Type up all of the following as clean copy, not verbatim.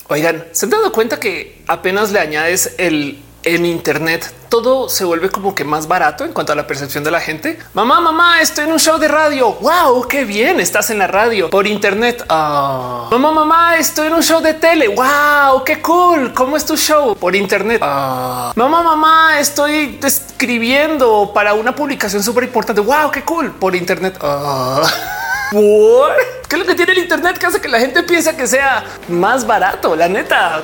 Oigan, ¿se han dado cuenta que apenas le añades el en Internet, todo se vuelve como que más barato en cuanto a la percepción de la gente? Mamá, estoy en un show de radio. Wow, qué bien. Estás en la radio por Internet. Mamá, estoy en un show de tele. Wow, qué cool. ¿Cómo es tu show por Internet? Mamá, estoy escribiendo para una publicación súper importante. Wow, qué cool por Internet. ¿Qué es lo que tiene el Internet que hace que la gente piense que sea más barato? La neta.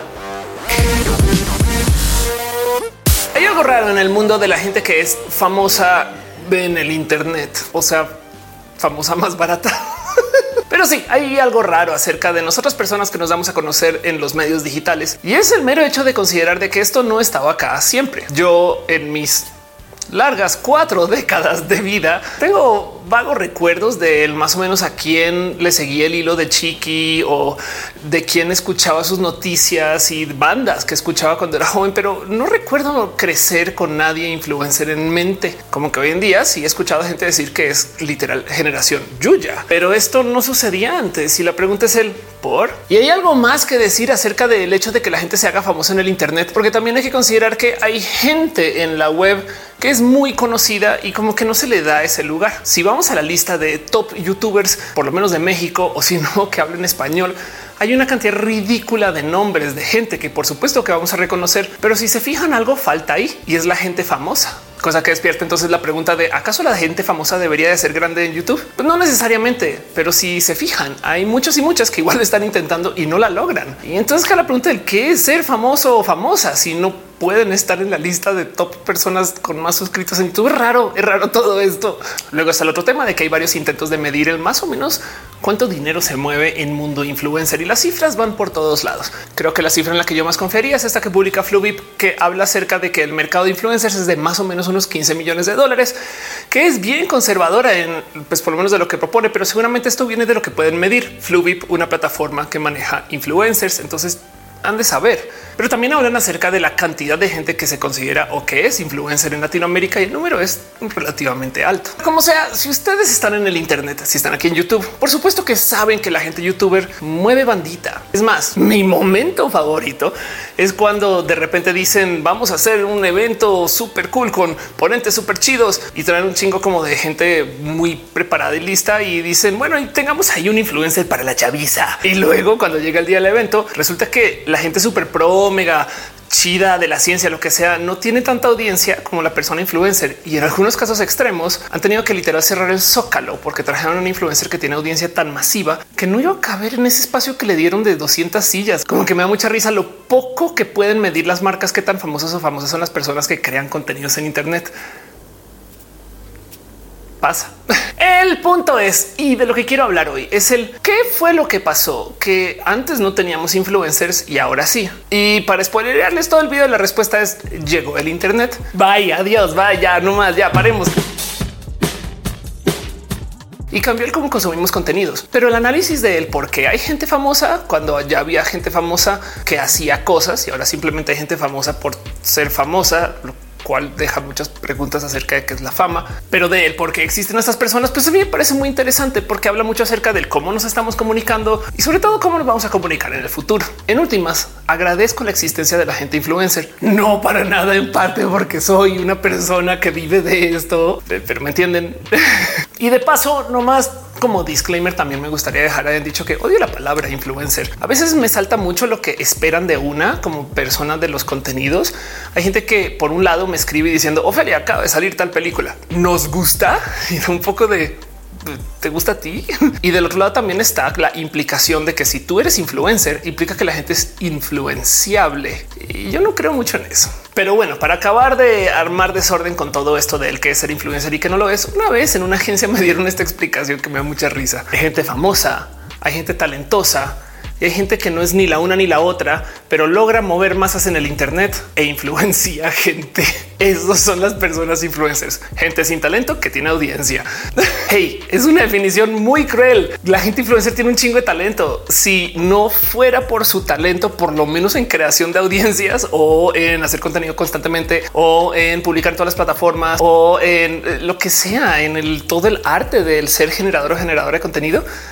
Hay algo raro en el mundo de la gente que es famosa en el Internet, o sea, famosa más barata. Pero sí, hay algo raro acerca de nosotras personas que nos damos a conocer en los medios digitales, y es el mero hecho de considerar de que esto no estaba acá siempre. Yo en mis largas 4 décadas de vida tengo vagos recuerdos de él, más o menos a quién le seguía el hilo de Chiqui o de quién escuchaba sus noticias y bandas que escuchaba cuando era joven, pero no recuerdo crecer con nadie influencer en mente. Como que hoy en día sí he escuchado a gente decir que es literal generación Yuya, pero esto no sucedía antes. Y la pregunta es el por. Y hay algo más que decir acerca del hecho de que la gente se haga famosa en el Internet, porque también hay que considerar que hay gente en la web que es muy conocida y como que no se le da ese lugar. Si vamos a la lista de top youtubers, por lo menos de México, o si no, que hablen español, hay una cantidad ridícula de nombres de gente que por supuesto que vamos a reconocer, pero si se fijan, algo falta ahí y es la gente famosa. Cosa que despierta entonces la pregunta de ¿acaso la gente famosa debería de ser grande en YouTube? Pues no necesariamente, pero si se fijan, hay muchos y muchas que igual están intentando y no la logran. Y entonces que la pregunta del qué es ser famoso o famosa si no pueden estar en la lista de top personas con más suscritos en YouTube. Es raro todo esto. Luego está el otro tema de que hay varios intentos de medir el más o menos cuánto dinero se mueve en mundo influencer y las cifras van por todos lados. Creo que la cifra en la que yo más confiaría es esta que publica Fluvip, que habla acerca de que el mercado de influencers es de más o menos unos 15 millones de dólares, que es bien conservadora en, pues por lo menos de lo que propone, pero seguramente esto viene de lo que pueden medir. Fluvip, una plataforma que maneja influencers, entonces han de saber. Pero también hablan acerca de la cantidad de gente que se considera o que es influencer en Latinoamérica y el número es relativamente alto. Como sea, si ustedes están en el Internet, si están aquí en YouTube, por supuesto que saben que la gente youtuber mueve bandita. Es más, mi momento favorito es cuando de repente dicen vamos a hacer un evento súper cool con ponentes súper chidos y traen un chingo como de gente muy preparada y lista y dicen bueno, y tengamos ahí un influencer para la chaviza. Y luego cuando llega el día del evento resulta que la gente súper pro, mega chida de la ciencia, lo que sea, no tiene tanta audiencia como la persona influencer y en algunos casos extremos han tenido que literal cerrar el zócalo porque trajeron un influencer que tiene audiencia tan masiva que no iba a caber en ese espacio que le dieron de 200 sillas. Como que me da mucha risa lo poco que pueden medir las marcas, qué tan famosas o famosas son las personas que crean contenidos en Internet. Pasa. El punto es, y de lo que quiero hablar hoy, es el qué fue lo que pasó, que antes no teníamos influencers y ahora sí. Y para spoilerarles todo el video, la respuesta es llegó el Internet. Vaya, adiós, vaya, no más, ya paremos. Y cambió el cómo consumimos contenidos. Pero el análisis de él, por qué hay gente famosa cuando ya había gente famosa que hacía cosas y ahora simplemente hay gente famosa por ser famosa, cual deja muchas preguntas acerca de qué es la fama, pero de él, por qué existen estas personas, pues a mí me parece muy interesante porque habla mucho acerca del cómo nos estamos comunicando y sobre todo cómo nos vamos a comunicar en el futuro. En últimas, agradezco la existencia de la gente influencer, no para nada en parte porque soy una persona que vive de esto, pero me entienden. Y de paso, nomás como disclaimer, también me gustaría dejar en dicho que odio la palabra influencer. A veces me salta mucho lo que esperan de una como persona de los contenidos. Hay gente que por un lado me escribe diciendo Ofelia, acaba de salir tal película, ¿nos gusta? Y da un poco de ¿te gusta a ti? Y del otro lado también está la implicación de que si tú eres influencer, implica que la gente es influenciable. Y yo no creo mucho en eso. Pero bueno, para acabar de armar desorden con todo esto del que es ser influencer y que no lo es, una vez en una agencia me dieron esta explicación que me da mucha risa. Hay gente famosa, hay gente talentosa y hay gente que no es ni la una ni la otra, pero logra mover masas en el Internet e influencia gente. Esos son las personas influencers, gente sin talento que tiene audiencia. Hey, es una definición muy cruel. La gente influencer tiene un chingo de talento. Si no fuera por su talento, por lo menos en creación de audiencias o en hacer contenido constantemente o en publicar en todas las plataformas o en lo que sea, en todo el arte del ser generador o generadora de contenido,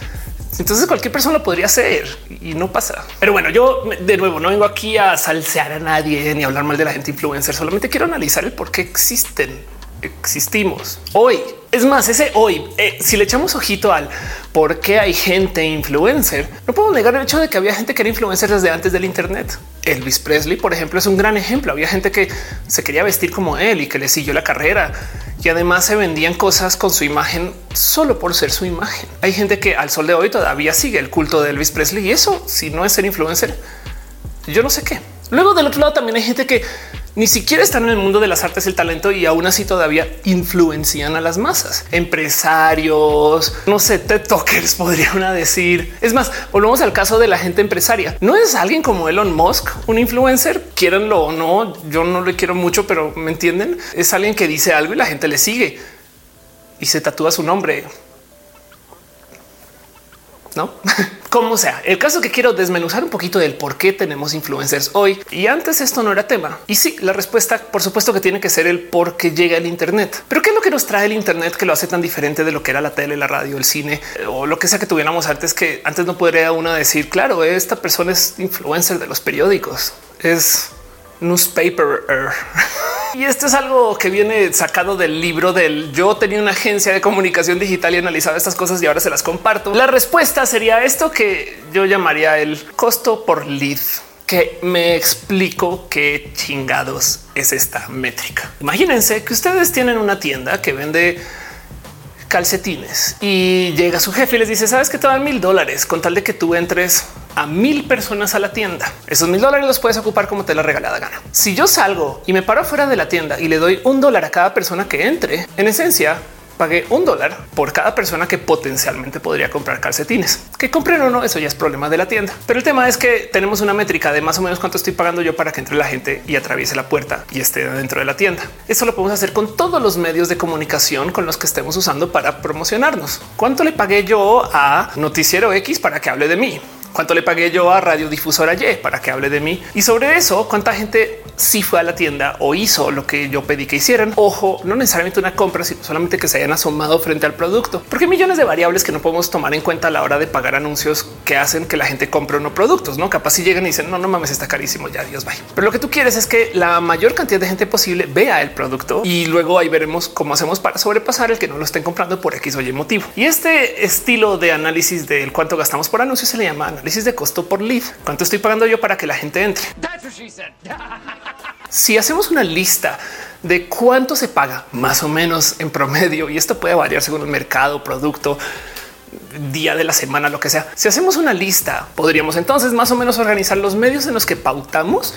Entonces cualquier persona lo podría hacer y no pasa. Pero bueno, yo de nuevo no vengo aquí a salsear a nadie ni a hablar mal de la gente influencer. Solamente quiero analizar el por qué existimos hoy. Es más, ese hoy, si le echamos ojito al por qué hay gente influencer, no puedo negar el hecho de que había gente que era influencer desde antes del Internet. Elvis Presley, por ejemplo, es un gran ejemplo. Había gente que se quería vestir como él y que le siguió la carrera y además se vendían cosas con su imagen solo por ser su imagen. Hay gente que al sol de hoy todavía sigue el culto de Elvis Presley y eso, si no es ser influencer, yo no sé qué. Luego del otro lado también hay gente que ni siquiera están en el mundo de las artes, el talento y aún así todavía influencian a las masas. Empresarios, no sé, TED Talkers podrían decir. Es más, volvemos al caso de la gente empresaria. No es alguien como Elon Musk, un influencer, quieranlo o no. Yo no le quiero mucho, pero me entienden. Es alguien que dice algo y la gente le sigue y se tatúa su nombre. No, como sea, el caso es que quiero desmenuzar un poquito del por qué tenemos influencers hoy. Y antes esto no era tema. Y sí, la respuesta, por supuesto, que tiene que ser el por qué llega el Internet. Pero qué es lo que nos trae el Internet que lo hace tan diferente de lo que era la tele, la radio, el cine o lo que sea que tuviéramos antes, que antes no podría uno decir, claro, esta persona es influencer de los periódicos, es newspaper. Y esto es algo que viene sacado del libro del yo tenía una agencia de comunicación digital y analizaba estas cosas y ahora se las comparto. La respuesta sería esto que yo llamaría el costo por lead, que me explico qué chingados es esta métrica. Imagínense que ustedes tienen una tienda que vende calcetines y llega su jefe y les dice, sabes que te dan $1,000 con tal de que tú entres a 1,000 personas a la tienda. Esos $1,000 los puedes ocupar como te la regalada gana. Si yo salgo y me paro fuera de la tienda y le doy $1 a cada persona que entre, en esencia pagué $1 por cada persona que potencialmente podría comprar calcetines. Que compren o no, eso ya es problema de la tienda. Pero el tema es que tenemos una métrica de más o menos cuánto estoy pagando yo para que entre la gente y atraviese la puerta y esté dentro de la tienda. Eso lo podemos hacer con todos los medios de comunicación con los que estemos usando para promocionarnos. ¿Cuánto le pagué yo a Noticiero X para que hable de mí? ¿Cuánto le pagué yo a Radiodifusora Y para que hable de mí? Y sobre eso, ¿cuánta gente sí fue a la tienda o hizo lo que yo pedí que hicieran? Ojo, no necesariamente una compra, sino solamente que se hayan asomado frente al producto, porque hay millones de variables que no podemos tomar en cuenta a la hora de pagar anuncios que hacen que la gente compre o no productos. No, capaz si llegan y dicen no mames, está carísimo, ya Dios vaya. Pero lo que tú quieres es que la mayor cantidad de gente posible vea el producto y luego ahí veremos cómo hacemos para sobrepasar el que no lo estén comprando por X o Y motivo. Y este estilo de análisis del cuánto gastamos por anuncio se le llama análisis de costo por lead. ¿Cuánto estoy pagando yo para que la gente entre? Si hacemos una lista de cuánto se paga más o menos en promedio, y esto puede variar según el mercado, producto, día de la semana, lo que sea. Si hacemos una lista, podríamos entonces más o menos organizar los medios en los que pautamos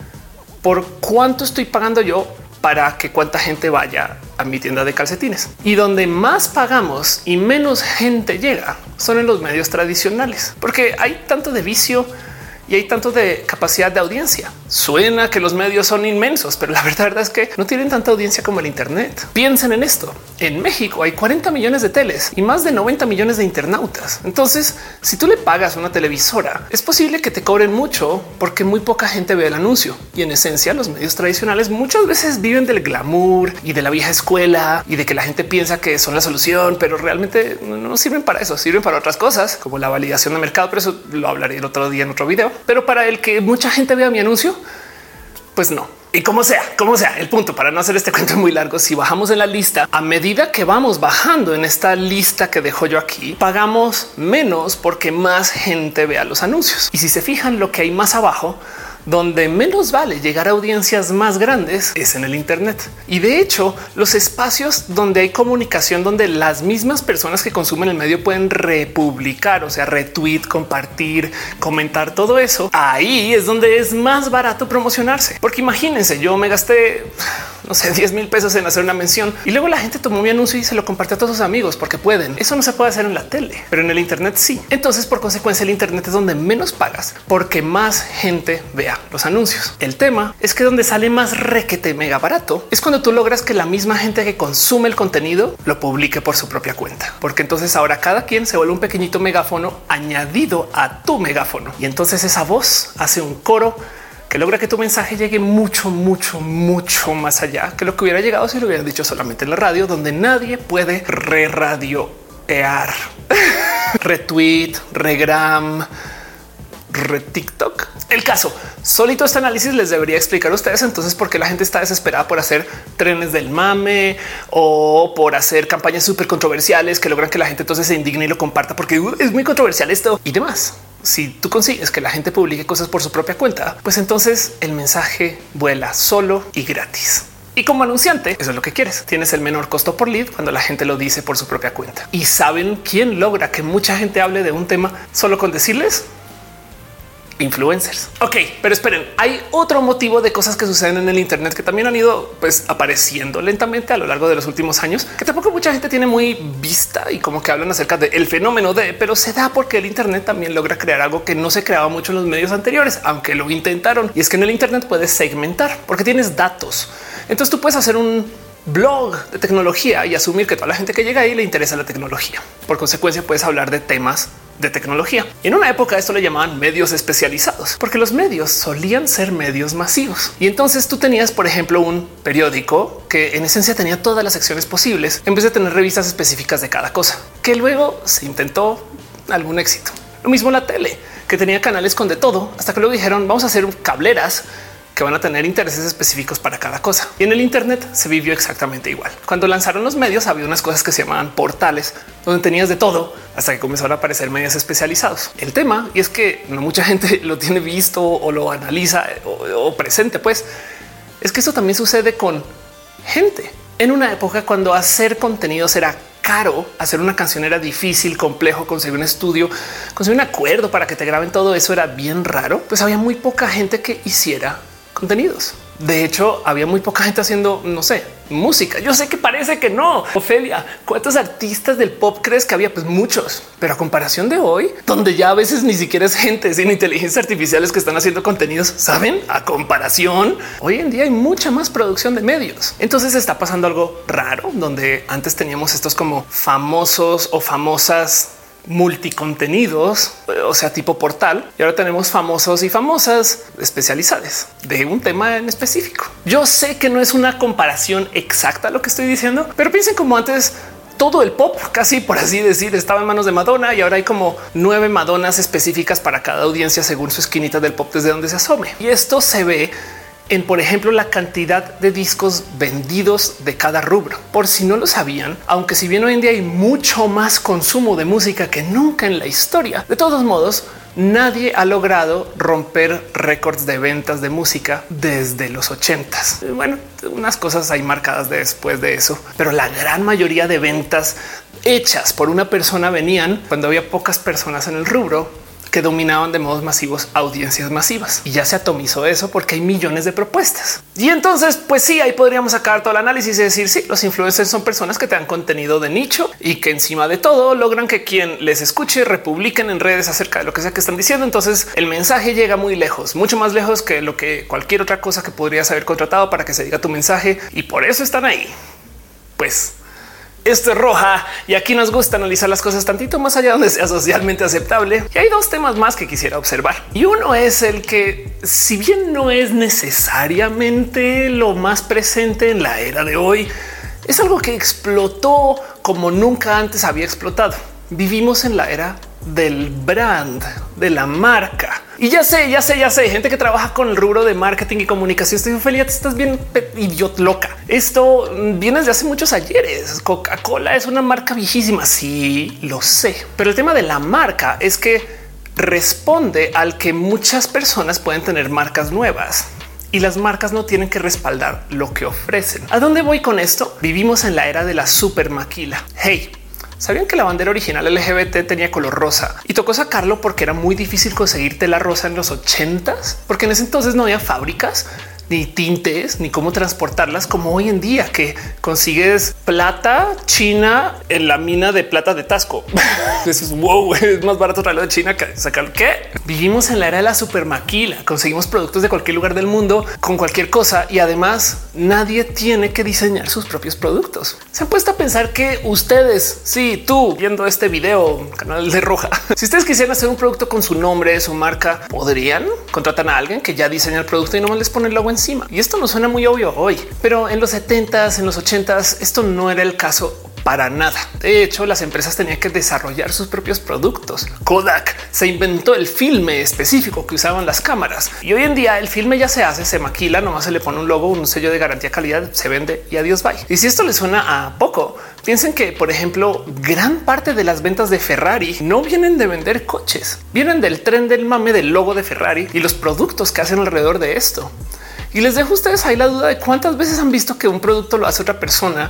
por cuánto estoy pagando yo para que cuánta gente vaya a mi tienda de calcetines. Y donde más pagamos y menos gente llega son en los medios tradicionales, porque hay tanto de vicio y hay tanto de capacidad de audiencia. Suena que los medios son inmensos, pero la verdad es que no tienen tanta audiencia como el Internet. Piensen en esto. En México hay 40 millones de teles y más de 90 millones de internautas. Entonces, si tú le pagas a una televisora, es posible que te cobren mucho porque muy poca gente ve el anuncio. Y en esencia, los medios tradicionales muchas veces viven del glamour y de la vieja escuela y de que la gente piensa que son la solución, pero realmente no sirven para eso. Sirven para otras cosas como la validación de mercado, pero eso lo hablaré el otro día en otro video. Pero para el que mucha gente vea mi anuncio, pues no. Y como sea, el punto para no hacer este cuento muy largo, si bajamos en la lista, a medida que vamos bajando en esta lista que dejo yo aquí, pagamos menos porque más gente vea los anuncios. Y si se fijan, lo que hay más abajo, donde menos vale llegar a audiencias más grandes, es en el Internet. Y de hecho, los espacios donde hay comunicación, donde las mismas personas que consumen el medio pueden republicar, o sea, retweet, compartir, comentar, todo eso, ahí es donde es más barato promocionarse. Porque imagínense, yo me gasté, no sé, 10,000 pesos en hacer una mención y luego la gente tomó mi anuncio y se lo compartió a todos sus amigos porque pueden. Eso no se puede hacer en la tele, pero en el Internet sí. Entonces, por consecuencia, el Internet es donde menos pagas porque más gente vea los anuncios. El tema es que donde sale más requete mega barato es cuando tú logras que la misma gente que consume el contenido lo publique por su propia cuenta, porque entonces ahora cada quien se vuelve un pequeñito megáfono añadido a tu megáfono y entonces esa voz hace un coro que logra que tu mensaje llegue mucho más allá que lo que hubiera llegado si lo hubieran dicho solamente en la radio, donde nadie puede re-radioear. retweet, regram, TikTok. El caso, solito este análisis les debería explicar a ustedes entonces por qué la gente está desesperada por hacer trenes del mame o por hacer campañas súper controversiales que logran que la gente entonces se indigne y lo comparta porque es muy controversial esto y demás. Si tú consigues que la gente publique cosas por su propia cuenta, pues entonces el mensaje vuela solo y gratis. Y como anunciante, eso es lo que quieres. Tienes el menor costo por lead cuando la gente lo dice por su propia cuenta. ¿Y saben quién logra que mucha gente hable de un tema solo con decirles? Influencers. Ok, pero esperen, hay otro motivo de cosas que suceden en el Internet que también han ido pues apareciendo lentamente a lo largo de los últimos años, que tampoco mucha gente tiene muy vista y como que hablan acerca del fenómeno de, pero se da porque el Internet también logra crear algo que no se creaba mucho en los medios anteriores, aunque lo intentaron. Y es que en el Internet puedes segmentar porque tienes datos. Entonces tú puedes hacer un blog de tecnología y asumir que toda la gente que llega ahí le interesa la tecnología. Por consecuencia, puedes hablar de temas de tecnología. Y en una época esto le llamaban medios especializados, porque los medios solían ser medios masivos. Y entonces tú tenías, por ejemplo, un periódico que en esencia tenía todas las secciones posibles en vez de tener revistas específicas de cada cosa, que luego se intentó algún éxito. Lo mismo la tele, que tenía canales con de todo, hasta que luego dijeron vamos a hacer cableras que van a tener intereses específicos para cada cosa. Y en el Internet se vivió exactamente igual. Cuando lanzaron los medios había unas cosas que se llamaban portales, donde tenías de todo hasta que comenzaron a aparecer medios especializados. El tema, y es que no mucha gente lo tiene visto o lo analiza o presente, pues es que esto también sucede con gente. En una época cuando hacer contenidos era caro, hacer una canción era difícil, complejo, conseguir un estudio, conseguir un acuerdo para que te graben, todo eso era bien raro, pues había muy poca gente que hiciera contenidos. De hecho, había muy poca gente haciendo, no sé, música. Yo sé que parece que no. Ofelia, ¿cuántos artistas del pop crees que había? Pues muchos, pero a comparación de hoy, donde ya a veces ni siquiera es gente sin inteligencias artificiales que están haciendo contenidos, saben, a comparación, hoy en día hay mucha más producción de medios. Entonces está pasando algo raro, donde antes teníamos estos como famosos o famosas multicontenidos, o sea, tipo portal, y ahora tenemos famosos y famosas especializadas de un tema en específico. Yo sé que no es una comparación exacta lo que estoy diciendo, pero piensen como antes todo el pop, casi por así decir, estaba en manos de Madonna y ahora hay como 9 Madonnas específicas para cada audiencia según su esquinita del pop desde donde se asome. Y esto se ve en, por ejemplo, la cantidad de discos vendidos de cada rubro. Por si no lo sabían, aunque si bien hoy en día hay mucho más consumo de música que nunca en la historia, de todos modos, nadie ha logrado romper récords de ventas de música desde los 80s. Bueno, unas cosas hay marcadas después de eso, pero la gran mayoría de ventas hechas por una persona venían cuando había pocas personas en el rubro que dominaban de modos masivos audiencias masivas. Y ya se atomizó eso porque hay millones de propuestas. Y entonces, pues sí, ahí podríamos sacar todo el análisis y decir, sí, los influencers son personas que te dan contenido de nicho y que encima de todo logran que quien les escuche republiquen en redes acerca de lo que sea que están diciendo. Entonces el mensaje llega muy lejos, mucho más lejos que lo que cualquier otra cosa que podrías haber contratado para que se diga tu mensaje. Y por eso están ahí. Pues esto es Roja y aquí nos gusta analizar las cosas tantito más allá donde sea socialmente aceptable. Y hay dos temas más que quisiera observar. Y uno es el que, si bien no es necesariamente lo más presente en la era de hoy, es algo que explotó como nunca antes había explotado. Vivimos en la era del brand, de la marca. Y ya sé, gente que trabaja con el rubro de marketing y comunicación. Estoy feliz, estás bien idiota loca. Esto viene desde hace muchos ayeres. Coca-Cola es una marca viejísima. Sí, lo sé. Pero el tema de la marca es que responde al que muchas personas pueden tener marcas nuevas y las marcas no tienen que respaldar lo que ofrecen. ¿A dónde voy con esto? Vivimos en la era de la super maquila. Hey, ¿sabían que la bandera original LGBT tenía color rosa y tocó sacarlo porque era muy difícil conseguir tela rosa en los 80s? Porque en ese entonces no había fábricas, ni tintes, ni cómo transportarlas como hoy en día, que consigues plata china en la mina de plata de Tasco. Eso es wow, es más barato traerlo de China que sacar. ¿Qué? Vivimos en la era de la supermaquila. Conseguimos productos de cualquier lugar del mundo con cualquier cosa y además nadie tiene que diseñar sus propios productos. Se han puesto a pensar que ustedes, sí, tú viendo este video, canal de Roja, si ustedes quisieran hacer un producto con su nombre, su marca, podrían contratar a alguien que ya diseña el producto y no les pone el logo encima. Y esto no suena muy obvio hoy, pero en los 70s, en los 80s, esto no era el caso para nada. De hecho, las empresas tenían que desarrollar sus propios productos. Kodak se inventó el filme específico que usaban las cámaras y hoy en día el filme ya se hace, se maquila, nomás se le pone un logo, un sello de garantía calidad, se vende y adiós, bye. Y si esto les suena a poco, piensen que, por ejemplo, gran parte de las ventas de Ferrari no vienen de vender coches, vienen del tren del mame del logo de Ferrari y los productos que hacen alrededor de esto. Y les dejo a ustedes ahí la duda de cuántas veces han visto que un producto lo hace otra persona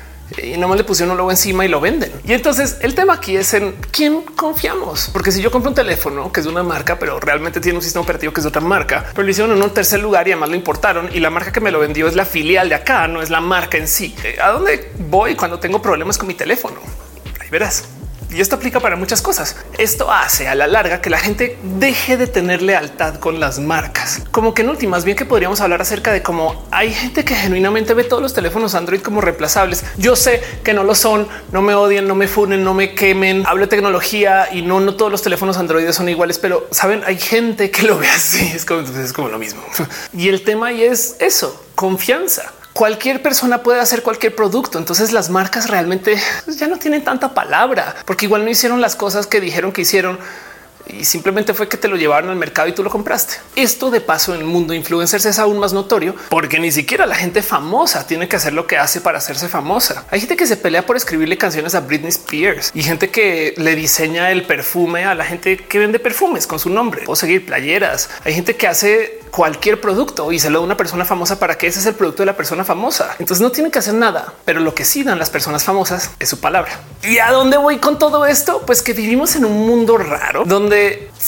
y nomás le pusieron un logo encima y lo venden. Y entonces el tema aquí es en quién confiamos, porque si yo compro un teléfono que es de una marca, pero realmente tiene un sistema operativo que es de otra marca, pero lo hicieron en un tercer lugar y además lo importaron y la marca que me lo vendió es la filial de acá, no es la marca en sí. ¿A dónde voy cuando tengo problemas con mi teléfono? Ahí verás. Y esto aplica para muchas cosas. Esto hace a la larga que la gente deje de tener lealtad con las marcas. Como que en últimas, bien que podríamos hablar acerca de cómo hay gente que genuinamente ve todos los teléfonos Android como reemplazables. Yo sé que no lo son, no me odien, no me funen, no me quemen. Hablo de tecnología y no todos los teléfonos Android son iguales, pero saben, hay gente que lo ve así. Es como lo mismo. Y el tema ahí es eso, confianza. Cualquier persona puede hacer cualquier producto. Entonces las marcas realmente ya no tienen tanta palabra porque igual no hicieron las cosas que dijeron que hicieron y simplemente fue que te lo llevaron al mercado y tú lo compraste. Esto de paso en el mundo influencers es aún más notorio porque ni siquiera la gente famosa tiene que hacer lo que hace para hacerse famosa. Hay gente que se pelea por escribirle canciones a Britney Spears y gente que le diseña el perfume a la gente que vende perfumes con su nombre o seguir playeras. Hay gente que hace cualquier producto y se lo da a una persona famosa para que ese es el producto de la persona famosa. Entonces no tienen que hacer nada, pero lo que sí dan las personas famosas es su palabra. ¿Y a dónde voy con todo esto? Pues que vivimos en un mundo raro donde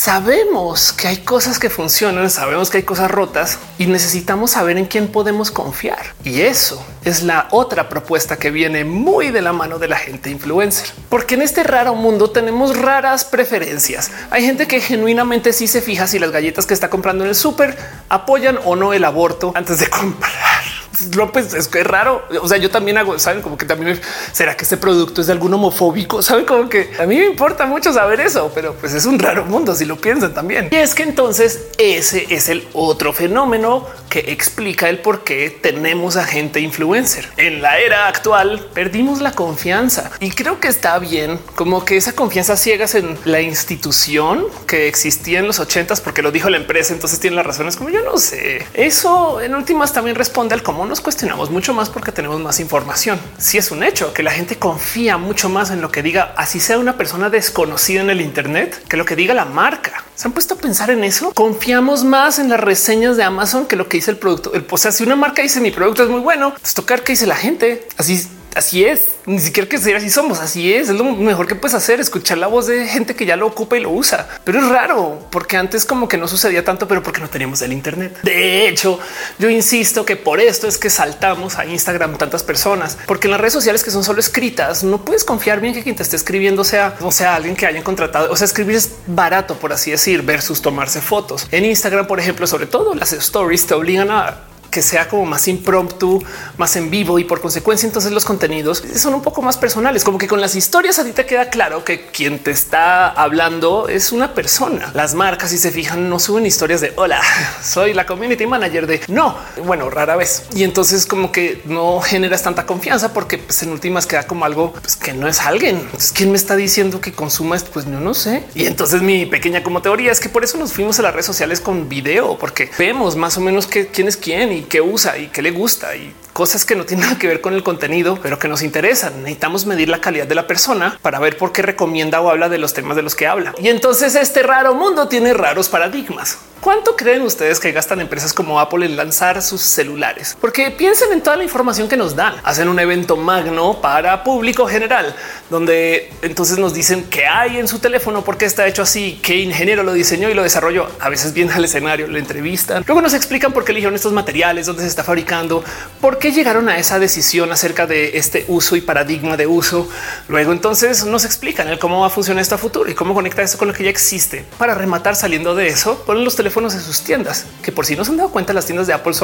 sabemos que hay cosas que funcionan, sabemos que hay cosas rotas y necesitamos saber en quién podemos confiar. Y eso es la otra propuesta que viene muy de la mano de la gente influencer, porque en este raro mundo tenemos raras preferencias. Hay gente que genuinamente sí se fija si las galletas que está comprando en el súper apoyan o no el aborto antes de comprar. López, es que es raro. O sea, yo también hago, saben, como que también será que este producto es de algún homofóbico. Saben, como que a mí me importa mucho saber eso, pero pues es un raro mundo si lo piensan también. Y es que entonces ese es el otro fenómeno que explica el por qué tenemos a gente influencer. En la era actual perdimos la confianza y creo que está bien, como que esa confianza ciegas en la institución que existía en los 80s, porque lo dijo la empresa. Entonces tiene las razones, como yo no sé. Eso en últimas también responde al cómo nos cuestionamos mucho más porque tenemos más información. Si es un hecho que la gente confía mucho más en lo que diga, así sea una persona desconocida en el Internet, que lo que diga la marca. ¿Se han puesto a pensar en eso? Confiamos más en las reseñas de Amazon que lo que dice el producto. O sea, si una marca dice mi producto es muy bueno, pues tocar qué dice la gente. Así es, ni siquiera que sea así somos. Así es lo mejor que puedes hacer, escuchar la voz de gente que ya lo ocupa y lo usa. Pero es raro porque antes como que no sucedía tanto, pero porque no teníamos el Internet. De hecho, yo insisto que por esto es que saltamos a Instagram tantas personas, porque en las redes sociales que son solo escritas no puedes confiar bien que quien te esté escribiendo sea alguien que hayan contratado. O sea, escribir es barato, por así decir, versus tomarse fotos. En Instagram, por ejemplo, sobre todo las stories te obligan a que sea como más impromptu, más en vivo y por consecuencia entonces los contenidos son un poco más personales. Como que con las historias a ti te queda claro que quien te está hablando es una persona. Las marcas, si se fijan, no suben historias de hola, soy la community manager de no, bueno, rara vez. Y entonces como que no generas tanta confianza porque pues, en últimas queda como algo pues, que no es alguien. Entonces, ¿quién me está diciendo que consuma esto? Pues yo no sé. Y entonces mi pequeña como teoría es que por eso nos fuimos a las redes sociales con video, porque vemos más o menos quién es quién y qué usa y qué le gusta y cosas que no tienen nada que ver con el contenido, pero que nos interesan. Necesitamos medir la calidad de la persona para ver por qué recomienda o habla de los temas de los que habla. Y entonces este raro mundo tiene raros paradigmas. ¿Cuánto creen ustedes que gastan empresas como Apple en lanzar sus celulares? Porque piensen en toda la información que nos dan. Hacen un evento magno para público general, donde entonces nos dicen qué hay en su teléfono, por qué está hecho así, qué ingeniero lo diseñó y lo desarrolló. A veces vienen al escenario, lo entrevistan. Luego nos explican por qué eligieron estos materiales, dónde se está fabricando, por qué llegaron a esa decisión acerca de este uso y paradigma de uso. Luego entonces nos explican el cómo va a funcionar esto a futuro y cómo conecta esto con lo que ya existe. Para rematar, saliendo de eso, ponen los teléfonos en sus tiendas, que por si no se han dado cuenta, las tiendas de Apple son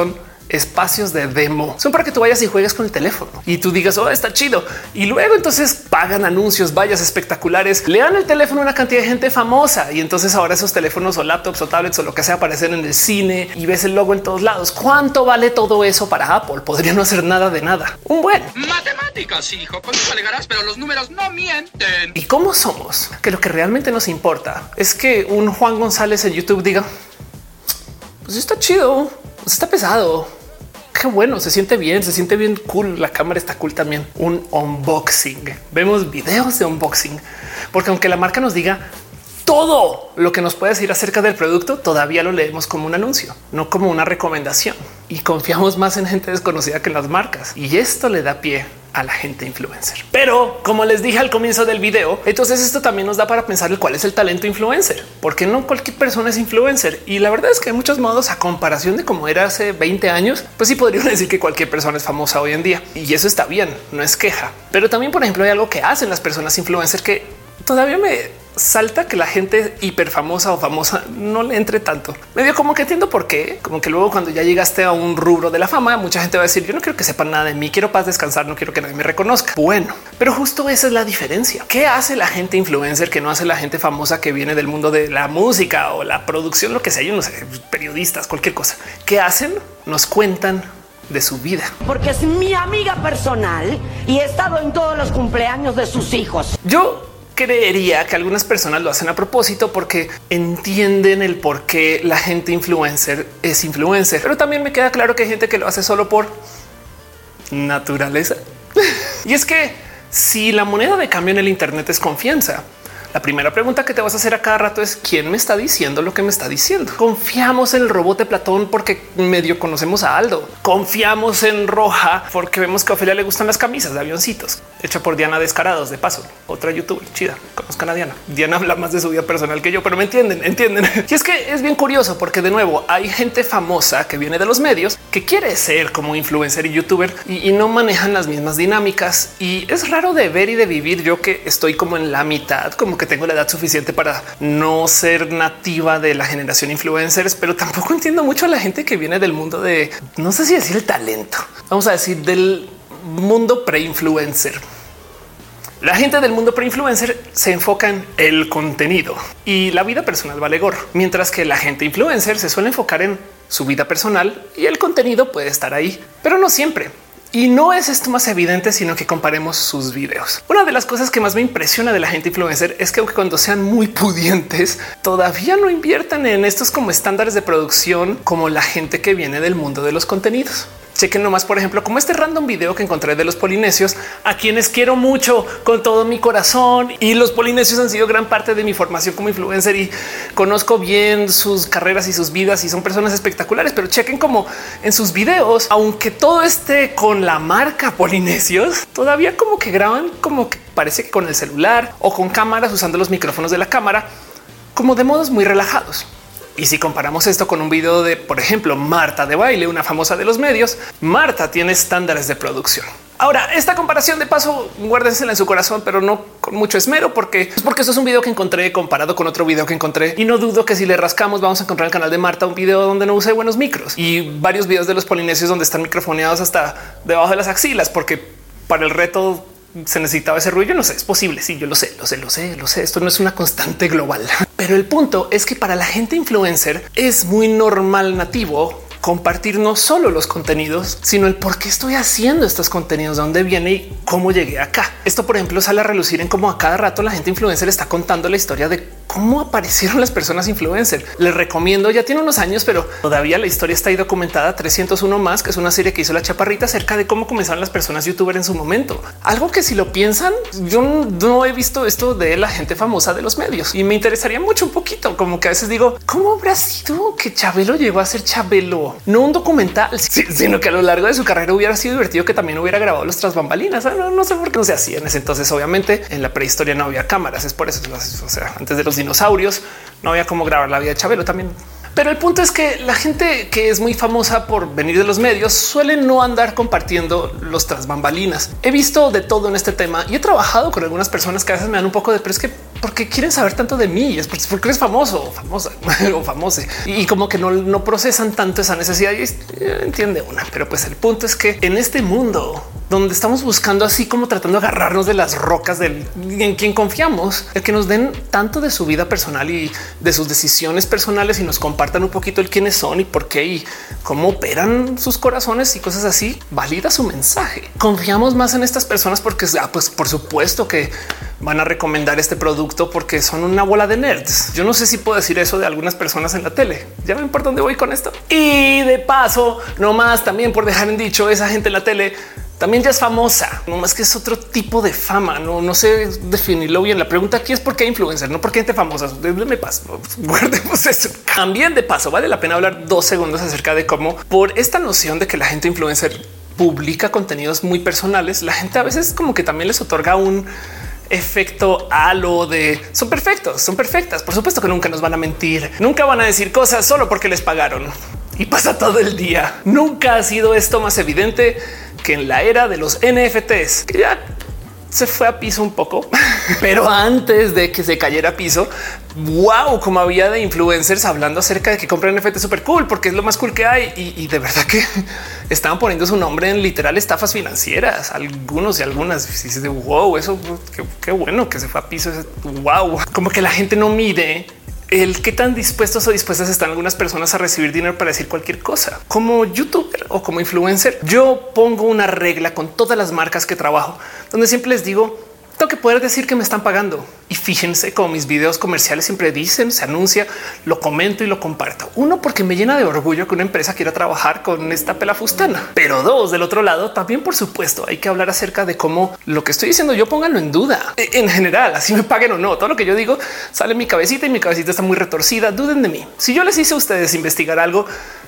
espacios de demo son para que tú vayas y juegues con el teléfono y tú digas, oh, está chido. Y luego entonces pagan anuncios, vallas espectaculares, le dan el teléfono a una cantidad de gente famosa y entonces ahora esos teléfonos o laptops o tablets o lo que sea aparecen en el cine y ves el logo en todos lados. ¿Cuánto vale todo eso para Apple? Podría no hacer nada de nada. Un buen. Matemáticas, hijo, con eso alegarás, pero los números no mienten. ¿Y cómo somos? Que lo que realmente nos importa es que un Juan González en YouTube diga, pues está chido, pues está pesado. Qué bueno, se siente bien cool. La cámara está cool también. Un unboxing. Vemos videos de unboxing, porque aunque la marca nos diga todo lo que nos puede decir acerca del producto, todavía lo leemos como un anuncio, no como una recomendación, y confiamos más en gente desconocida que en las marcas. Y esto le da pie a la gente influencer. Pero como les dije al comienzo del video, entonces esto también nos da para pensar el cuál es el talento influencer, porque no cualquier persona es influencer. Y la verdad es que hay muchos modos a comparación de cómo era hace 20 años. Pues sí podrían decir que cualquier persona es famosa hoy en día y eso está bien, no es queja. Pero también, por ejemplo, hay algo que hacen las personas influencer que todavía me salta que la gente hiper famosa o famosa no le entre tanto. Medio como que entiendo por qué, como que luego cuando ya llegaste a un rubro de la fama, mucha gente va a decir yo no quiero que sepan nada de mí, quiero paz, descansar, no quiero que nadie me reconozca. Bueno, pero justo esa es la diferencia. ¿Qué hace la gente influencer que no hace la gente famosa que viene del mundo de la música o la producción, lo que sea? Yo no sé, periodistas, cualquier cosa. ¿Qué hacen? Nos cuentan de su vida. Porque es mi amiga personal y he estado en todos los cumpleaños de sus hijos. Yo creería que algunas personas lo hacen a propósito porque entienden el por qué la gente influencer es influencer, pero también me queda claro que hay gente que lo hace solo por naturaleza. Y es que si la moneda de cambio en el Internet es confianza, la primera pregunta que te vas a hacer a cada rato es ¿quién me está diciendo lo que me está diciendo? Confiamos en el robot de Platón porque medio conocemos a Aldo. Confiamos en Roja porque vemos que a Ofelia le gustan las camisas de avioncitos hecha por Diana Descarados. De paso, otra youtuber chida. Conozcan a Diana. Diana habla más de su vida personal que yo, pero me entienden. Y es que es bien curioso porque de nuevo hay gente famosa que viene de los medios que quiere ser como influencer y youtuber y no manejan las mismas dinámicas. Y es raro de ver y de vivir. Yo que estoy como en la mitad, como que tengo la edad suficiente para no ser nativa de la generación influencers, pero tampoco entiendo mucho a la gente que viene del mundo de, no sé si decir el talento, vamos a decir del mundo pre-influencer. La gente del mundo pre-influencer se enfoca en el contenido y la vida personal vale gorro, mientras que la gente influencer se suele enfocar en su vida personal y el contenido puede estar ahí, pero no siempre. Y no es esto más evidente, sino que comparemos sus videos. Una de las cosas que más me impresiona de la gente influencer es que aunque cuando sean muy pudientes, todavía no inviertan en estos como estándares de producción como la gente que viene del mundo de los contenidos. Chequen nomás, por ejemplo, como este random video que encontré de los polinesios, a quienes quiero mucho con todo mi corazón. Y los polinesios han sido gran parte de mi formación como influencer y conozco bien sus carreras y sus vidas y son personas espectaculares. Pero chequen como en sus videos, aunque todo esté con la marca Polinesios, todavía como que graban como que parece que con el celular o con cámaras usando los micrófonos de la cámara, como de modos muy relajados. Y si comparamos esto con un video de, por ejemplo, Marta de Baile, una famosa de los medios, Marta tiene estándares de producción. Ahora, esta comparación de paso, guárdensela en su corazón, pero no con mucho esmero, porque esto es un video que encontré comparado con otro video que encontré. Y no dudo que si le rascamos vamos a encontrar en el canal de Marta un video donde no use buenos micros y varios videos de los polinesios donde están microfoneados hasta debajo de las axilas, porque para el reto se necesitaba ese ruido. No sé, es posible. Sí, yo lo sé. Esto no es una constante global, pero el punto es que para la gente influencer es muy normal, nativo, compartir no solo los contenidos, sino el por qué estoy haciendo estos contenidos, de dónde viene y cómo llegué acá. Esto, por ejemplo, sale a relucir en cómo a cada rato la gente influencer está contando la historia de cómo aparecieron las personas influencer. Les recomiendo, ya tiene unos años, pero todavía la historia está ahí documentada. 301 más, que es una serie que hizo la Chaparrita acerca de cómo comenzaron las personas youtuber en su momento. Algo que si lo piensan, yo no he visto esto de la gente famosa de los medios y me interesaría mucho un poquito, como que a veces digo, ¿cómo habrá sido que Chabelo llegó a ser Chabelo? No un documental, sino que a lo largo de su carrera hubiera sido divertido que también hubiera grabado los tras bambalinas. No sé por qué no se hacía en ese entonces. Obviamente en la prehistoria no había cámaras, es por eso. O sea, antes de los dinosaurios no había cómo grabar la vida de Chabelo también. Pero el punto es que la gente que es muy famosa por venir de los medios suele no andar compartiendo los tras bambalinas. He visto de todo en este tema y he trabajado con algunas personas que a veces me dan un poco de, pero es que porque quieren saber tanto de mí, es porque eres famoso, famosa o famose y como que no procesan tanto esa necesidad y entiende una. Pero pues el punto es que en este mundo donde estamos buscando así como tratando de agarrarnos de las rocas en quien confiamos, el que nos den tanto de su vida personal y de sus decisiones personales y nos compartan un poquito el quiénes son y por qué y cómo operan sus corazones y cosas así, valida su mensaje. Confiamos más en estas personas porque pues por supuesto que van a recomendar este producto porque son una bola de nerds. Yo no sé si puedo decir eso de algunas personas en la tele. Ya ven por dónde voy con esto. Y de paso, no más también por dejar en dicho, esa gente en la tele también ya es famosa, no más que es otro tipo de fama. No sé definirlo bien. La pregunta aquí es por qué influencer, no por qué gente famosa. Me paso, guardemos eso. También de paso, vale la pena hablar 2 segundos acerca de cómo por esta noción de que la gente influencer publica contenidos muy personales, la gente a veces como que también les otorga un efecto halo de son perfectos, son perfectas. Por supuesto que nunca nos van a mentir, nunca van a decir cosas solo porque les pagaron y pasa todo el día. Nunca ha sido esto más evidente que en la era de los NFTs, que ya se fue a piso un poco, pero antes de que se cayera a piso, wow, como había de influencers hablando acerca de que compran NFT súper cool porque es lo más cool que hay. Y de verdad que estaban poniendo su nombre en literal estafas financieras, algunos y algunas. Y dices, wow, eso qué bueno que se fue a piso. Wow, como que la gente no mide el qué tan dispuestos o dispuestas están algunas personas a recibir dinero para decir cualquier cosa. Como youtuber o como influencer, yo pongo una regla con todas las marcas que trabajo, donde siempre les digo, tengo que poder decir que me están pagando. Y fíjense como mis videos comerciales siempre dicen, se anuncia, lo comento y lo comparto. 1, porque me llena de orgullo que una empresa quiera trabajar con esta pelafustana. Pero 2, del otro lado, también por supuesto hay que hablar acerca de cómo lo que estoy diciendo yo pónganlo en duda. En general, así me paguen o no, todo lo que yo digo sale en mi cabecita y mi cabecita está muy retorcida. Duden de mí. Si yo les hice a ustedes investigar algo,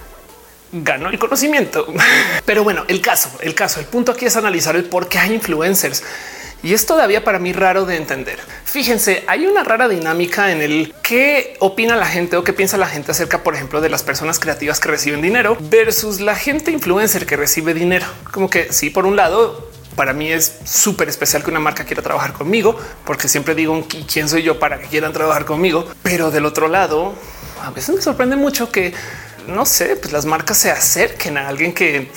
ganó el conocimiento. Pero bueno, el punto aquí es analizar el por qué hay influencers. Y es todavía para mí raro de entender. Fíjense, hay una rara dinámica en el qué opina la gente o qué piensa la gente acerca, por ejemplo, de las personas creativas que reciben dinero versus la gente influencer que recibe dinero. Como que sí, por un lado, para mí es súper especial que una marca quiera trabajar conmigo, porque siempre digo quién soy yo para que quieran trabajar conmigo. Pero del otro lado, a veces me sorprende mucho que, no sé, pues las marcas se acerquen a alguien que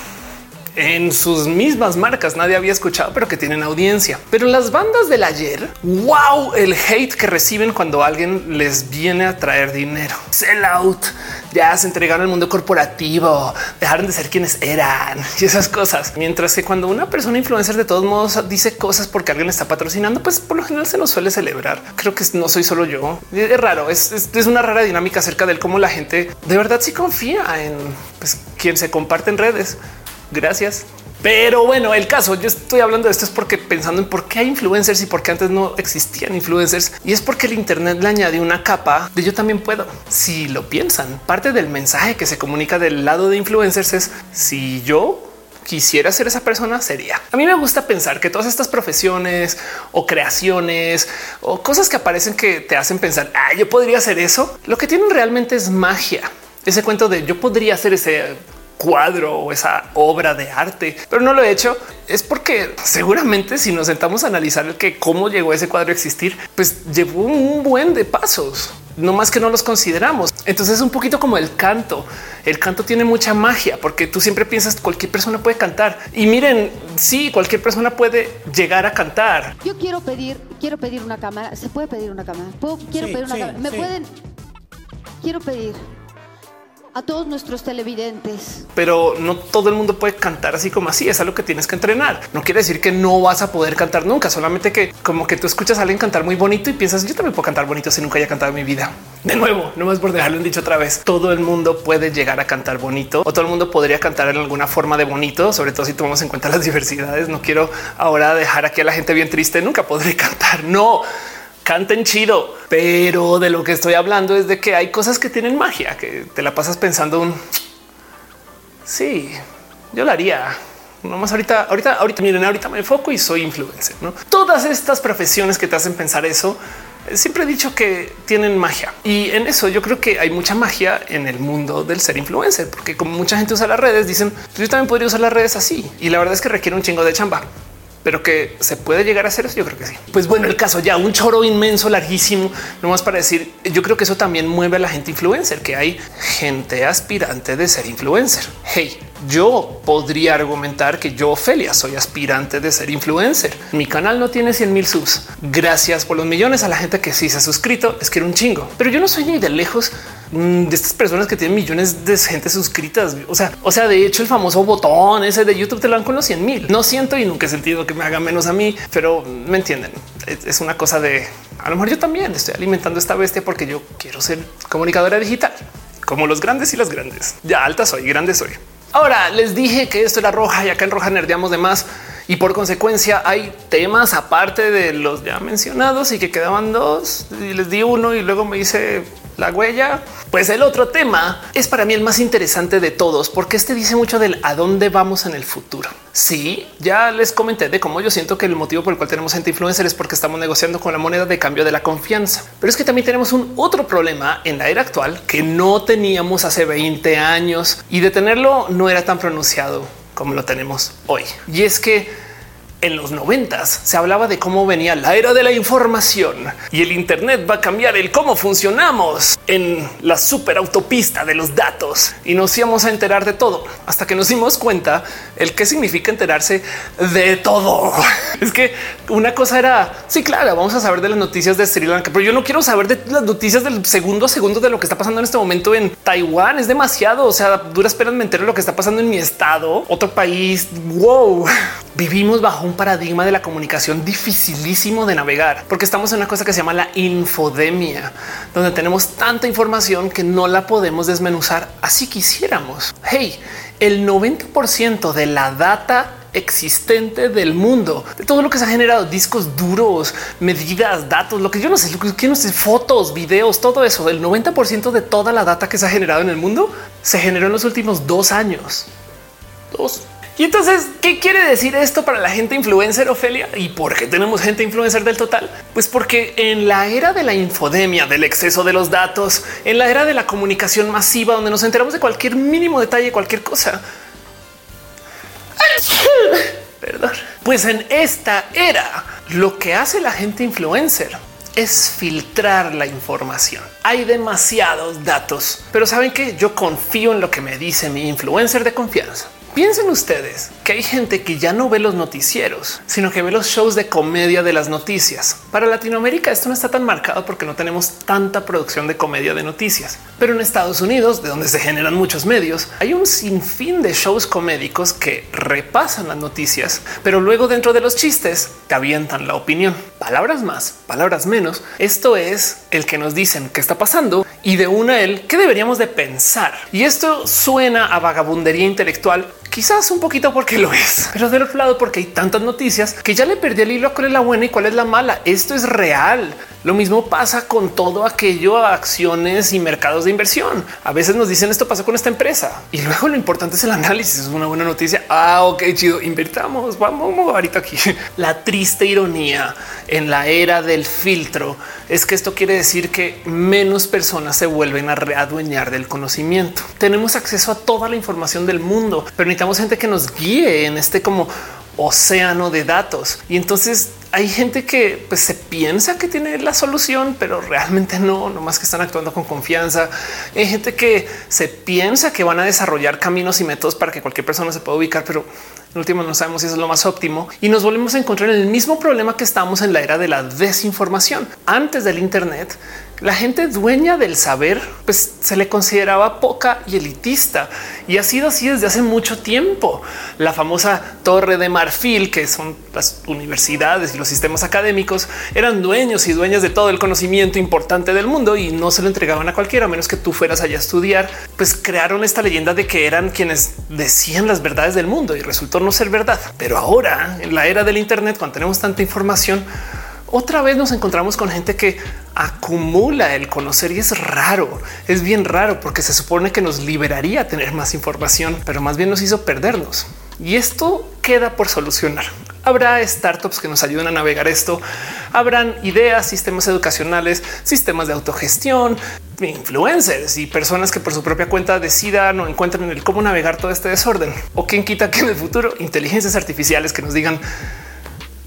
en sus mismas marcas nadie había escuchado, pero que tienen audiencia. Pero las bandas del ayer, wow, el hate que reciben cuando alguien les viene a traer dinero. Sell out, ya se entregaron al mundo corporativo, dejaron de ser quienes eran y esas cosas. Mientras que cuando una persona influencer de todos modos dice cosas porque alguien está patrocinando, pues por lo general se nos suele celebrar. Creo que no soy solo yo. Es raro, es una rara dinámica acerca de cómo la gente de verdad sí confía en quien se comparte en redes. Gracias. Pero bueno, el caso, yo estoy hablando de esto es porque pensando en por qué hay influencers y por qué antes no existían influencers. Y es porque el Internet le añadió una capa de yo también puedo. Si lo piensan, parte del mensaje que se comunica del lado de influencers es si yo quisiera ser esa persona sería. A mí me gusta pensar que todas estas profesiones o creaciones o cosas que aparecen que te hacen pensar, yo podría hacer eso. Lo que tienen realmente es magia. Ese cuento de yo podría hacer ese cuadro o esa obra de arte, pero no lo he hecho. Es porque seguramente si nos sentamos a analizar el que cómo llegó ese cuadro a existir, pues llevó un buen de pasos, no más que no los consideramos. Entonces es un poquito como el canto. El canto tiene mucha magia porque tú siempre piensas cualquier persona puede cantar y miren, sí, cualquier persona puede llegar a cantar. Yo quiero pedir una cámara. ¿Se puede pedir una cámara? Quiero pedir una cámara. ¿Me pueden? Quiero pedir a todos nuestros televidentes. Pero no todo el mundo puede cantar así como así. Es algo que tienes que entrenar. No quiere decir que no vas a poder cantar nunca, solamente que como que tú escuchas a alguien cantar muy bonito y piensas yo también puedo cantar bonito si nunca haya cantado en mi vida. De nuevo, no más por dejarlo en dicho otra vez. Todo el mundo puede llegar a cantar bonito o todo el mundo podría cantar en alguna forma de bonito, sobre todo si tomamos en cuenta las diversidades. No quiero ahora dejar aquí a la gente bien triste. Nunca podré cantar. No. Canten chido, pero de lo que estoy hablando es de que hay cosas que tienen magia, que te la pasas pensando sí, yo la haría. Nomás ahorita miren, ahorita me enfoco y soy influencer, ¿no? Todas estas profesiones que te hacen pensar eso, siempre he dicho que tienen magia y en eso yo creo que hay mucha magia en el mundo del ser influencer, porque como mucha gente usa las redes, dicen pues yo también podría usar las redes así y la verdad es que requiere un chingo de chamba. pero que se puede llegar a hacer eso. Yo creo que sí. Pues bueno, el caso ya un choro inmenso, larguísimo, nomás para decir, yo creo que eso también mueve a la gente influencer, que hay gente aspirante de ser influencer. Hey, yo podría argumentar que yo, Ofelia, soy aspirante de ser influencer. Mi canal no tiene 100,000 subs. Gracias por los millones a la gente que sí se ha suscrito. Es que era un chingo, pero yo no soy ni de lejos de estas personas que tienen millones de gente suscritas. O sea, de hecho, el famoso botón ese de YouTube te lo dan con los 100,000. No siento y nunca he sentido que me haga menos a mí, pero me entienden. Es una cosa de a lo mejor yo también estoy alimentando esta bestia porque yo quiero ser comunicadora digital como los grandes y las grandes. Ya alta soy, grande soy. Ahora les dije que esto era Roja y acá en Roja nerdeamos de más y por consecuencia hay temas aparte de los ya mencionados y que quedaban dos y les di uno y luego me hice la huella. Pues el otro tema es para mí el más interesante de todos porque este dice mucho del a dónde vamos en el futuro. Sí, ya les comenté de cómo yo siento que el motivo por el cual tenemos gente influencer es porque estamos negociando con la moneda de cambio de la confianza. Pero es que también tenemos un otro problema en la era actual que no teníamos hace 20 años y de tenerlo no era tan pronunciado como lo tenemos hoy. Y es que en los 90s se hablaba de cómo venía la era de la información y el Internet va a cambiar el cómo funcionamos en la superautopista de los datos y nos íbamos a enterar de todo hasta que nos dimos cuenta el qué significa enterarse de todo. Es que una cosa era sí, claro, vamos a saber de las noticias de Sri Lanka, pero yo no quiero saber de las noticias del segundo a segundo de lo que está pasando en este momento en Taiwán. Es demasiado. O sea, a duras penas me entero de lo que está pasando en mi estado, otro país. Wow, vivimos bajo un paradigma de la comunicación dificilísimo de navegar, porque estamos en una cosa que se llama la infodemia, donde tenemos tanta información que no la podemos desmenuzar así quisiéramos. Hey, el 90% de la data existente del mundo, de todo lo que se ha generado, discos duros, medidas, datos, lo que yo no sé, fotos, videos, todo eso, el 90% de toda la data que se ha generado en el mundo se generó en los últimos 2 años. Y entonces, ¿qué quiere decir esto para la gente influencer, Ofelia? ¿Y por qué tenemos gente influencer del total? Pues porque en la era de la infodemia, del exceso de los datos, en la era de la comunicación masiva, donde nos enteramos de cualquier mínimo detalle, cualquier cosa. Perdón. Pues en esta era, lo que hace la gente influencer es filtrar la información. Hay demasiados datos, pero ¿saben qué? Yo confío en lo que me dice mi influencer de confianza. Piensen ustedes que hay gente que ya no ve los noticieros, sino que ve los shows de comedia de las noticias. Para Latinoamérica esto no está tan marcado porque no tenemos tanta producción de comedia de noticias. Pero en Estados Unidos, de donde se generan muchos medios, hay un sinfín de shows comédicos que repasan las noticias, pero luego dentro de los chistes te avientan la opinión. Palabras más, palabras menos. Esto es el que nos dicen qué está pasando y de una el qué deberíamos de pensar. Y esto suena a vagabundería intelectual, quizás un poquito porque lo es, pero del otro lado porque hay tantas noticias que ya le perdí el hilo a cuál es la buena y cuál es la mala. Esto es real. Lo mismo pasa con todo aquello, acciones y mercados de inversión. A veces nos dicen esto pasó con esta empresa y luego lo importante es el análisis. Es una buena noticia. Ok, chido. Invertamos. Vamos ahorita aquí. La triste ironía en la era del filtro es que esto quiere decir que menos personas se vuelven a readueñar del conocimiento. Tenemos acceso a toda la información del mundo, pero necesitamos gente que nos guíe en este como océano de datos. Y entonces hay gente que pues, se piensa que tiene la solución, pero realmente no, nomás que están actuando con confianza. Hay gente que se piensa que van a desarrollar caminos y métodos para que cualquier persona se pueda ubicar, pero en último no sabemos si eso es lo más óptimo y nos volvemos a encontrar en el mismo problema que estamos en la era de la desinformación. Antes del Internet, la gente dueña del saber pues se le consideraba poca y elitista y ha sido así desde hace mucho tiempo. La famosa Torre de Marfil, que son las universidades y los sistemas académicos, eran dueños y dueñas de todo el conocimiento importante del mundo y no se lo entregaban a cualquiera, a menos que tú fueras allá a estudiar. Pues crearon esta leyenda de que eran quienes decían las verdades del mundo y resultó no ser verdad. Pero ahora, en la era del Internet, cuando tenemos tanta información, otra vez nos encontramos con gente que acumula el conocer y es raro. Es bien raro porque se supone que nos liberaría a tener más información, pero más bien nos hizo perdernos. Y esto queda por solucionar. Habrá startups que nos ayuden a navegar esto. Habrán ideas, sistemas educacionales, sistemas de autogestión, influencers y personas que por su propia cuenta decidan o encuentren el cómo navegar todo este desorden. O quién quita que en el futuro inteligencias artificiales que nos digan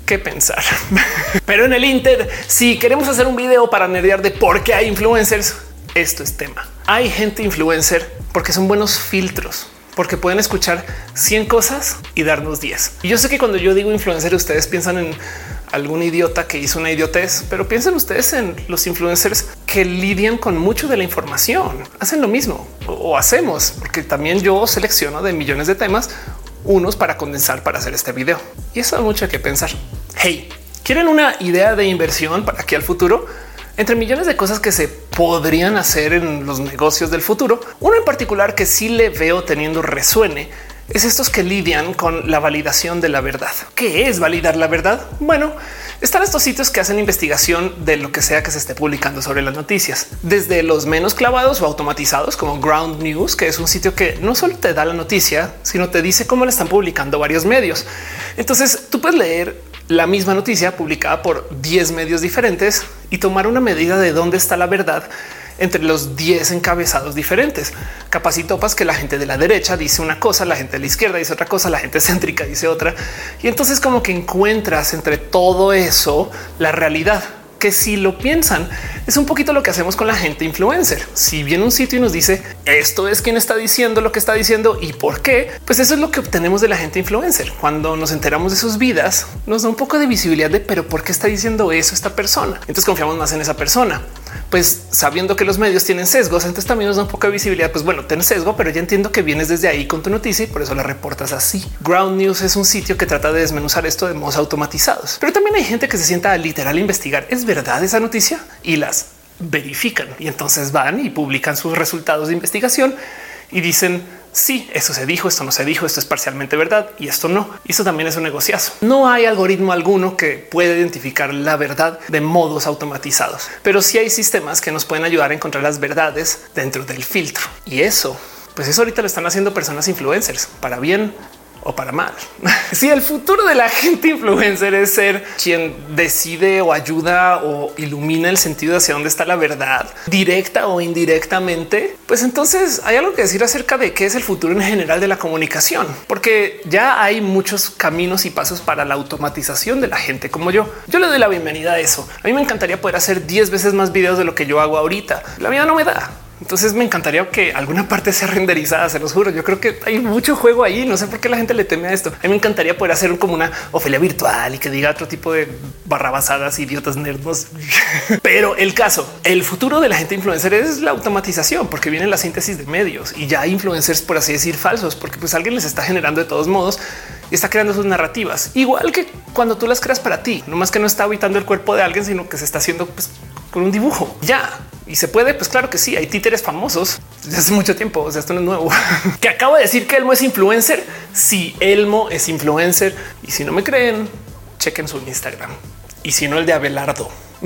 que pensar. Pero en el Inter, si queremos hacer un video para nerdear de por qué hay influencers, esto es tema. Hay gente influencer porque son buenos filtros, porque pueden escuchar 100 cosas y darnos 10. Y yo sé que cuando yo digo influencer, ustedes piensan en algún idiota que hizo una idiotez, pero piensen ustedes en los influencers que lidian con mucho de la información. Hacen lo mismo o hacemos, porque también yo selecciono de millones de temas unos para condensar para hacer este video. Y eso da mucho que pensar. Hey, ¿quieren una idea de inversión para aquí al futuro? Entre millones de cosas que se podrían hacer en los negocios del futuro, uno en particular que sí le veo teniendo resuene es estos que lidian con la validación de la verdad. ¿Qué es validar la verdad? Bueno, están estos sitios que hacen investigación de lo que sea que se esté publicando sobre las noticias, desde los menos clavados o automatizados como Ground News, que es un sitio que no solo te da la noticia, sino te dice cómo la están publicando varios medios. Entonces tú puedes leer la misma noticia publicada por 10 medios diferentes y tomar una medida de dónde está la verdad entre los 10 encabezados diferentes. Capaz y topas que la gente de la derecha dice una cosa, la gente de la izquierda dice otra cosa, la gente céntrica dice otra. Y entonces como que encuentras entre todo eso la realidad, que si lo piensan es un poquito lo que hacemos con la gente influencer. Si viene un sitio y nos dice esto es quien está diciendo lo que está diciendo y por qué, pues eso es lo que obtenemos de la gente influencer. Cuando nos enteramos de sus vidas, nos da un poco de visibilidad de pero por qué está diciendo eso esta persona. Entonces confiamos más en esa persona. Pues sabiendo que los medios tienen sesgos, entonces también nos da un poco de visibilidad. Pues bueno, ten sesgo, pero ya entiendo que vienes desde ahí con tu noticia y por eso la reportas así. Ground News es un sitio que trata de desmenuzar esto de modos automatizados, pero también hay gente que se sienta a literal a investigar. ¿Es verdad esa noticia? Y las verifican y entonces van y publican sus resultados de investigación y dicen sí, eso se dijo, esto no se dijo, esto es parcialmente verdad y esto no. Y eso también es un negociazo. No hay algoritmo alguno que pueda identificar la verdad de modos automatizados, pero sí hay sistemas que nos pueden ayudar a encontrar las verdades dentro del filtro. Y eso, pues eso ahorita lo están haciendo personas influencers para bien o para mal. Si el futuro de la gente influencer es ser quien decide o ayuda o ilumina el sentido hacia dónde está la verdad, directa o indirectamente, pues entonces hay algo que decir acerca de qué es el futuro en general de la comunicación, porque ya hay muchos caminos y pasos para la automatización de la gente como yo. Yo le doy la bienvenida a eso. A mí me encantaría poder hacer 10 veces más videos de lo que yo hago ahorita. La vida no me da. Entonces me encantaría que alguna parte sea renderizada, se los juro. Yo creo que hay mucho juego ahí. No sé por qué la gente le teme a esto. A mí me encantaría poder hacer como una Ofelia virtual y que diga otro tipo de barrabasadas, idiotas, nerdos. Pero el caso, el futuro de la gente influencer es la automatización, porque viene la síntesis de medios y ya hay influencers, por así decir, falsos, porque pues alguien les está generando de todos modos y está creando sus narrativas, igual que cuando tú las creas para ti, no más que no está habitando el cuerpo de alguien, sino que se está haciendo pues, con un dibujo ya. Y se puede, pues claro que sí, hay títeres famosos desde hace mucho tiempo. O sea, esto no es nuevo. Que acabo de decir que Elmo es influencer. Sí, Elmo es influencer. Y si no me creen, chequen su Instagram. Y si no, el de Abelardo.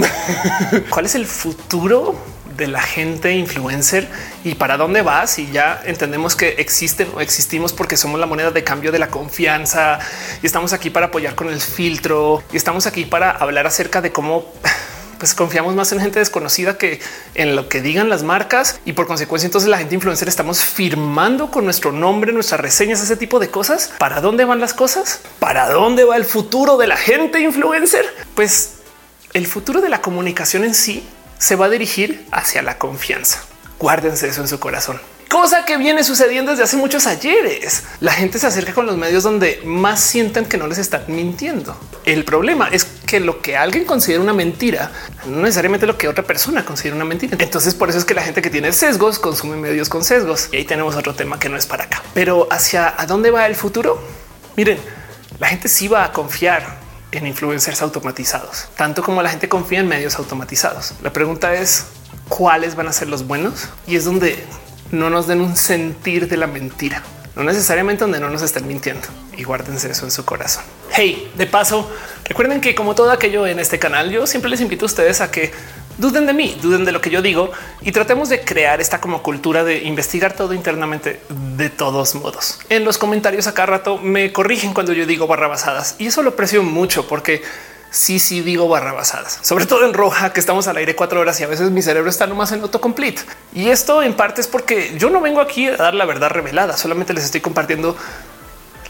¿Cuál es el futuro de la gente influencer y para dónde va? Si ya entendemos que existen o existimos porque somos la moneda de cambio de la confianza y estamos aquí para apoyar con el filtro y estamos aquí para hablar acerca de cómo pues confiamos más en gente desconocida que en lo que digan las marcas y por consecuencia entonces la gente influencer estamos firmando con nuestro nombre, nuestras reseñas, ese tipo de cosas. ¿Para dónde van las cosas? ¿Para dónde va el futuro de la gente influencer? Pues el futuro de la comunicación en sí se va a dirigir hacia la confianza. Guárdense eso en su corazón. Cosa que viene sucediendo desde hace muchos ayeres. La gente se acerca con los medios donde más sienten que no les están mintiendo. El problema es que lo que alguien considera una mentira no necesariamente lo que otra persona considera una mentira. Entonces por eso es que la gente que tiene sesgos consume medios con sesgos. Y ahí tenemos otro tema que no es para acá. Pero hacia a dónde va el futuro? Miren, la gente sí va a confiar en influencers automatizados, tanto como la gente confía en medios automatizados. La pregunta es cuáles van a ser los buenos y es donde no nos den un sentir de la mentira, no necesariamente donde no nos estén mintiendo, y guárdense eso en su corazón. Hey, de paso, recuerden que como todo aquello en este canal, yo siempre les invito a ustedes a que duden de mí, duden de lo que yo digo y tratemos de crear esta como cultura de investigar todo internamente. De todos modos, en los comentarios a cada rato me corrigen cuando yo digo barrabasadas y eso lo aprecio mucho porque sí digo barrabasadas, sobre todo en Roja, que estamos al aire 4 horas y a veces mi cerebro está nomás en autocomplete. Y esto en parte es porque yo no vengo aquí a dar la verdad revelada, solamente les estoy compartiendo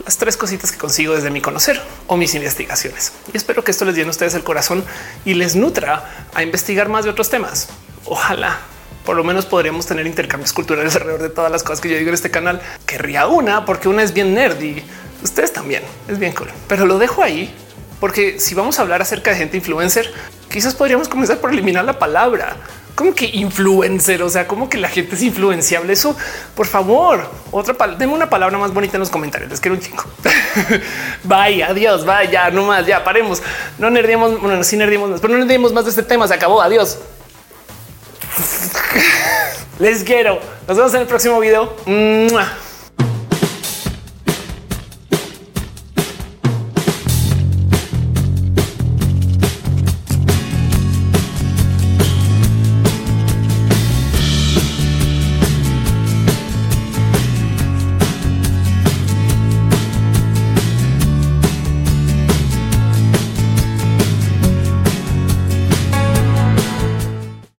las 3 cositas que consigo desde mi conocer o mis investigaciones. Y espero que esto les llene a ustedes el corazón y les nutra a investigar más de otros temas. Ojalá por lo menos podríamos tener intercambios culturales alrededor de todas las cosas que yo digo en este canal. Querría una porque una es bien nerd y ustedes también es bien cool, pero lo dejo ahí porque si vamos a hablar acerca de gente influencer, quizás podríamos comenzar por eliminar la palabra. ¿Cómo que influencer? O sea, ¿cómo que la gente es influenciable? Eso, por favor, denme una palabra más bonita en los comentarios. Les quiero un chingo. Bye, adiós, vaya, no más, ya paremos. No nerdemos, bueno, sí nerdemos más, pero no nerdemos más de este tema. Se acabó. Adiós. Les quiero. Nos vemos en el próximo video. ¡Mua!